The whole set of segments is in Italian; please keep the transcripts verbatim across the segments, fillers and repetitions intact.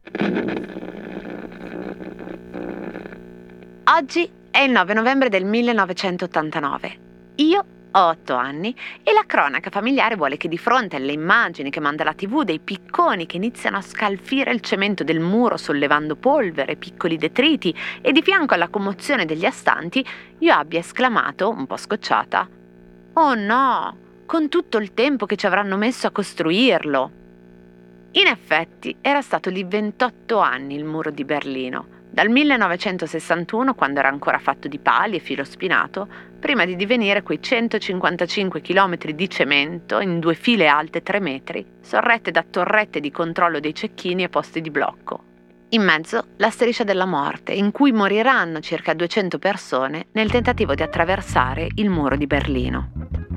Oggi è il nove novembre del millenovecentottantanove. Io ho otto anni e la cronaca familiare vuole che di fronte alle immagini che manda la tivù dei picconi che iniziano a scalfire il cemento del muro sollevando polvere, piccoli detriti e di fianco alla commozione degli astanti, io abbia esclamato, un po' scocciata: «Oh no, con tutto il tempo che ci avranno messo a costruirlo!» In effetti era stato lì ventotto anni il muro di Berlino, dal millenovecentosessantuno, quando era ancora fatto di pali e filo spinato, prima di divenire quei centocinquantacinque chilometri di cemento in due file alte tre metri, sorrette da torrette di controllo dei cecchini e posti di blocco. In mezzo la striscia della morte, in cui moriranno circa duecento persone nel tentativo di attraversare il muro di Berlino.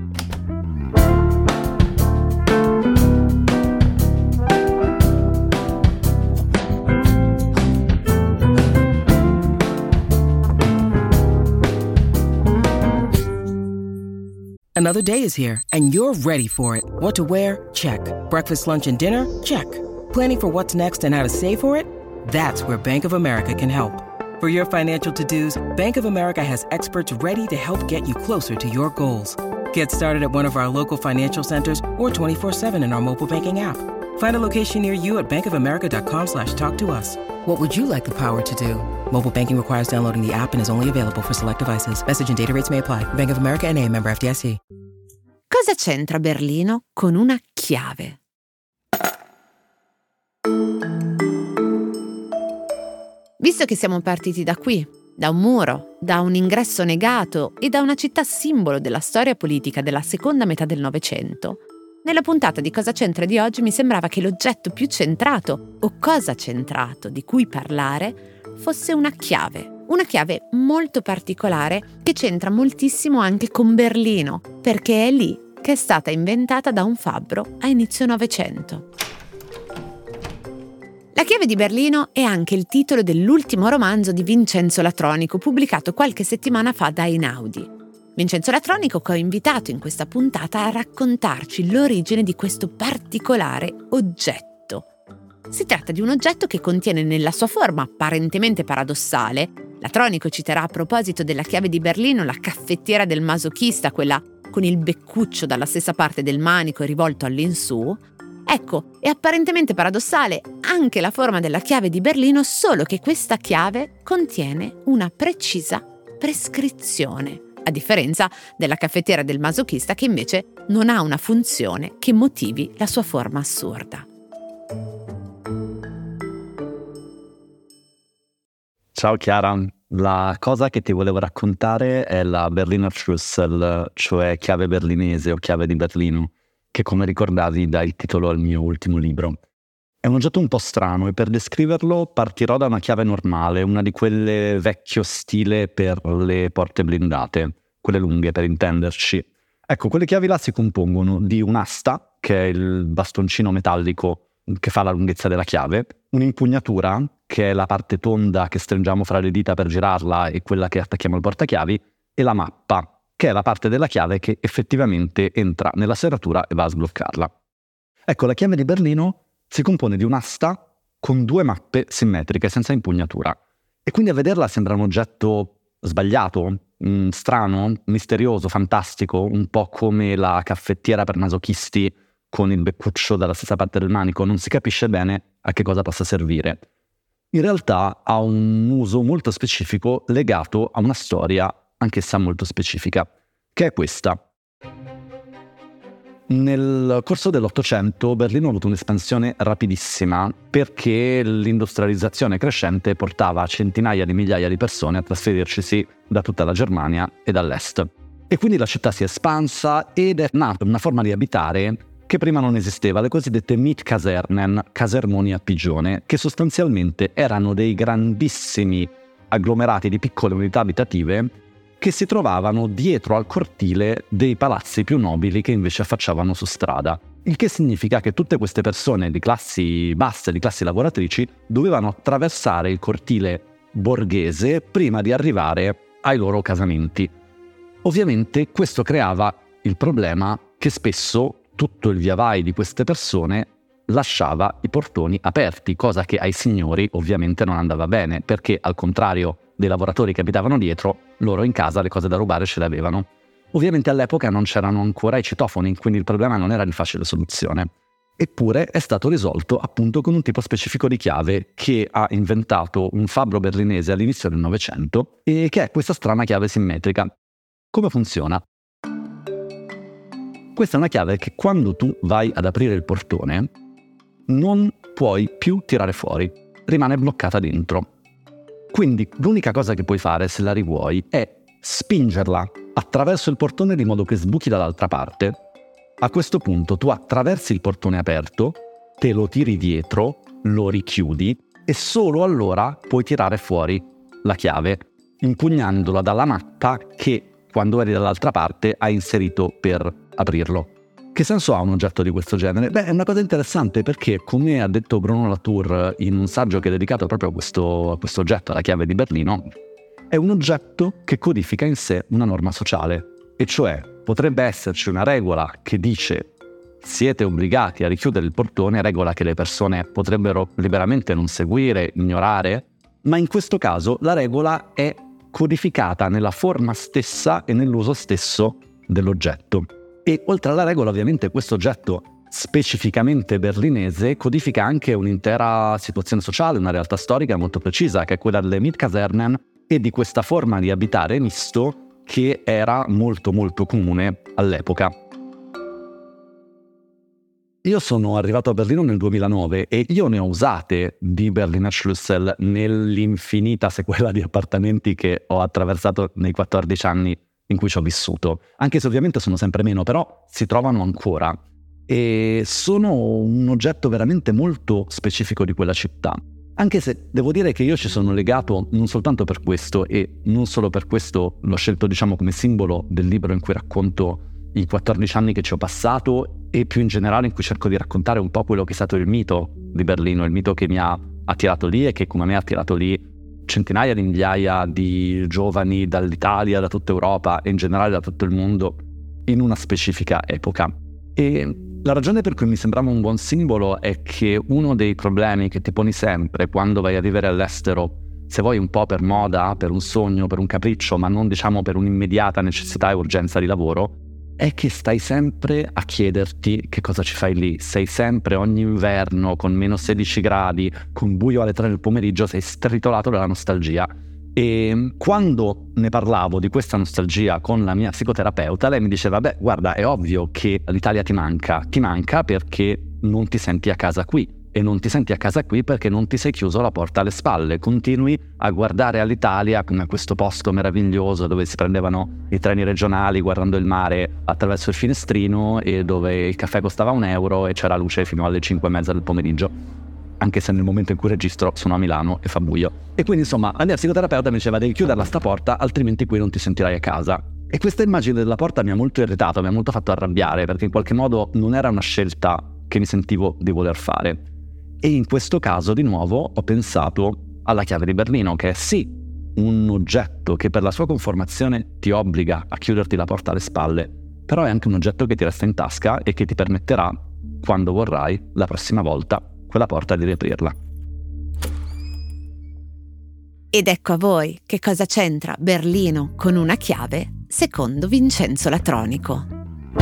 Another day is here, and you're ready for it. What to wear? Check. Breakfast, lunch, and dinner? Check. Planning for what's next and how to save for it? That's where Bank of America can help. For your financial to-dos, Bank of America has experts ready to help get you closer to your goals. Get started at one of our local financial centers or twenty-four seven in our mobile banking app. Find a location near you at bankofamerica.com slash talk to us. What would you like the power to do? Mobile banking requires downloading the app and is only available for select devices. Message and data rates may apply. Bank of America N A, member F D I C. Cosa c'entra Berlino con una chiave? Visto che siamo partiti da qui, da un muro, da un ingresso negato e da una città simbolo della storia politica della seconda metà del Novecento, nella puntata di Cosa c'entra di oggi mi sembrava che l'oggetto più centrato, o cosa centrato, di cui parlare, fosse una chiave. Una chiave molto particolare che c'entra moltissimo anche con Berlino, perché è lì che è stata inventata da un fabbro a inizio Novecento. La chiave di Berlino è anche il titolo dell'ultimo romanzo di Vincenzo Latronico, pubblicato qualche settimana fa da Einaudi. Vincenzo Latronico, che ho invitato in questa puntata a raccontarci l'origine di questo particolare oggetto. Si tratta di un oggetto che contiene nella sua forma apparentemente paradossale, Latronico citerà a proposito della chiave di Berlino la caffettiera del masochista, quella con il beccuccio dalla stessa parte del manico rivolto all'insù. Ecco, è apparentemente paradossale anche la forma della chiave di Berlino, solo che questa chiave contiene una precisa prescrizione, a differenza della caffettiera del masochista, che invece non ha una funzione che motivi la sua forma assurda. Ciao Chiara, la cosa che ti volevo raccontare è la Berliner Schlüssel, cioè chiave berlinese o chiave di Berlino, che come ricordavi dà il titolo al mio ultimo libro. È un oggetto un po' strano e per descriverlo partirò da una chiave normale, una di quelle vecchio stile per le porte blindate, quelle lunghe per intenderci. Ecco, quelle chiavi là si compongono di un'asta, che è il bastoncino metallico che fa la lunghezza della chiave, un'impugnatura, che è la parte tonda che stringiamo fra le dita per girarla e quella che attacchiamo al portachiavi, e la mappa, che è la parte della chiave che effettivamente entra nella serratura e va a sbloccarla. Ecco, la chiave di Berlino si compone di un'asta con due mappe simmetriche, senza impugnatura. E quindi a vederla sembra un oggetto sbagliato, mh, strano, misterioso, fantastico, un po' come la caffettiera per masochisti con il beccuccio dalla stessa parte del manico. Non si capisce bene a che cosa possa servire. In realtà ha un uso molto specifico legato a una storia anch'essa molto specifica, che è questa. Nel corso dell'Ottocento Berlino ha avuto un'espansione rapidissima perché l'industrializzazione crescente portava centinaia di migliaia di persone a trasferircisi da tutta la Germania e dall'est. E quindi la città si è espansa ed è nata una forma di abitare che prima non esisteva, le cosiddette Mietkasernen, casermoni a pigione, che sostanzialmente erano dei grandissimi agglomerati di piccole unità abitative che si trovavano dietro al cortile dei palazzi più nobili che invece affacciavano su strada. Il che significa che tutte queste persone di classi basse, di classi lavoratrici, dovevano attraversare il cortile borghese prima di arrivare ai loro casamenti. Ovviamente questo creava il problema che spesso tutto il via vai di queste persone lasciava i portoni aperti, cosa che ai signori ovviamente non andava bene, perché al contrario dei lavoratori che abitavano dietro, loro in casa le cose da rubare ce le avevano. Ovviamente all'epoca non c'erano ancora i citofoni, quindi il problema non era di facile soluzione. Eppure è stato risolto appunto con un tipo specifico di chiave che ha inventato un fabbro berlinese all'inizio del Novecento e che è questa strana chiave simmetrica. Come funziona? Questa è una chiave che quando tu vai ad aprire il portone non puoi più tirare fuori, rimane bloccata dentro. Quindi l'unica cosa che puoi fare se la rivuoi è spingerla attraverso il portone di modo che sbuchi dall'altra parte. A questo punto tu attraversi il portone aperto, te lo tiri dietro, lo richiudi e solo allora puoi tirare fuori la chiave, impugnandola dalla matta che quando eri dall'altra parte hai inserito per aprirlo. Che senso ha un oggetto di questo genere? Beh, è una cosa interessante perché, come ha detto Bruno Latour in un saggio che è dedicato proprio a questo, a questo oggetto, alla chiave di Berlino, è un oggetto che codifica in sé una norma sociale, e cioè potrebbe esserci una regola che dice siete obbligati a richiudere il portone, regola che le persone potrebbero liberamente non seguire, ignorare, ma in questo caso la regola è codificata nella forma stessa e nell'uso stesso dell'oggetto. E oltre alla regola, ovviamente, questo oggetto specificamente berlinese codifica anche un'intera situazione sociale, una realtà storica molto precisa, che è quella delle Mietkasernen e di questa forma di abitare misto che era molto molto comune all'epoca. Io sono arrivato a Berlino nel duemilanove e io ne ho usate di Berliner Schlüssel nell'infinita sequela di appartamenti che ho attraversato nei quattordici anni in cui ci ho vissuto, anche se ovviamente sono sempre meno, però si trovano ancora e sono un oggetto veramente molto specifico di quella città, anche se devo dire che io ci sono legato non soltanto per questo, e non solo per questo l'ho scelto diciamo come simbolo del libro in cui racconto i quattordici anni che ci ho passato e più in generale in cui cerco di raccontare un po' quello che è stato il mito di Berlino, il mito che mi ha attirato lì e che come me ha attirato lì centinaia di migliaia di giovani dall'Italia, da tutta Europa e in generale da tutto il mondo in una specifica epoca. E la ragione per cui mi sembrava un buon simbolo è che uno dei problemi che ti poni sempre quando vai a vivere all'estero, se vuoi un po' per moda, per un sogno, per un capriccio, ma non diciamo per un'immediata necessità e urgenza di lavoro, è che stai sempre a chiederti che cosa ci fai lì. Sei sempre ogni inverno con meno sedici gradi, con buio alle tre del pomeriggio, sei stritolato dalla nostalgia. E quando ne parlavo di questa nostalgia con la mia psicoterapeuta, lei mi diceva, beh, guarda, è ovvio che l'Italia ti manca, ti manca perché non ti senti a casa qui. E non ti senti a casa qui perché non ti sei chiuso la porta alle spalle, continui a guardare all'Italia come a questo posto meraviglioso dove si prendevano i treni regionali guardando il mare attraverso il finestrino e dove il caffè costava un euro e c'era luce fino alle cinque e mezza del pomeriggio, anche se nel momento in cui registro sono a Milano e fa buio. E quindi insomma la mia psicoterapeuta mi diceva devi chiuderla sta porta altrimenti qui non ti sentirai a casa. E questa immagine della porta mi ha molto irritato, mi ha molto fatto arrabbiare perché in qualche modo non era una scelta che mi sentivo di voler fare. E in questo caso, di nuovo, ho pensato alla chiave di Berlino, che è sì un oggetto che per la sua conformazione ti obbliga a chiuderti la porta alle spalle, però è anche un oggetto che ti resta in tasca e che ti permetterà, quando vorrai, la prossima volta, quella porta di riaprirla. Ed ecco a voi che cosa c'entra Berlino con una chiave, secondo Vincenzo Latronico.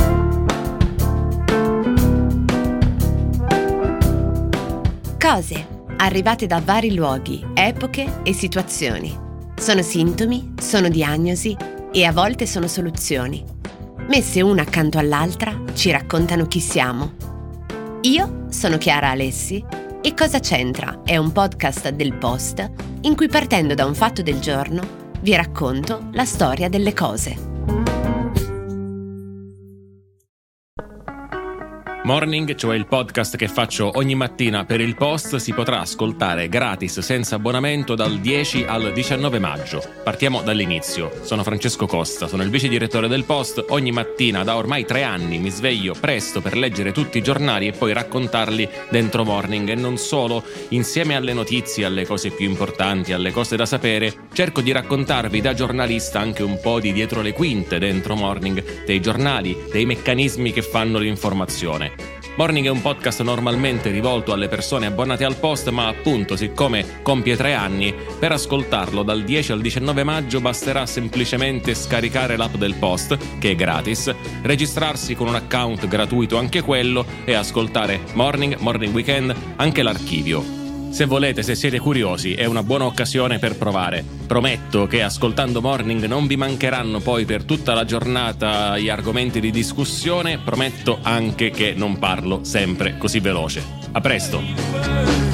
Cose arrivate da vari luoghi, epoche e situazioni. Sono sintomi, sono diagnosi e a volte sono soluzioni. Messe una accanto all'altra ci raccontano chi siamo. Io sono Chiara Alessi e Cosa c'entra è un podcast del Post in cui partendo da un fatto del giorno vi racconto la storia delle cose. Morning, cioè il podcast che faccio ogni mattina per il Post, si potrà ascoltare gratis senza abbonamento dal dieci al diciannove maggio. Partiamo dall'inizio. Sono Francesco Costa, sono il vice direttore del Post. Ogni mattina da ormai tre anni mi sveglio presto per leggere tutti i giornali e poi raccontarli dentro Morning, e non solo. Insieme alle notizie, alle cose più importanti, alle cose da sapere, cerco di raccontarvi da giornalista anche un po' di dietro le quinte dentro Morning, dei giornali, dei meccanismi che fanno l'informazione. Morning è un podcast normalmente rivolto alle persone abbonate al Post, ma appunto, siccome compie tre anni, per ascoltarlo dal dieci al diciannove maggio basterà semplicemente scaricare l'app del Post, che è gratis, registrarsi con un account gratuito anche quello e ascoltare Morning, Morning Weekend, anche l'archivio. Se volete, se siete curiosi, è una buona occasione per provare. Prometto che ascoltando Morning non vi mancheranno poi per tutta la giornata gli argomenti di discussione, prometto anche che non parlo sempre così veloce. A presto!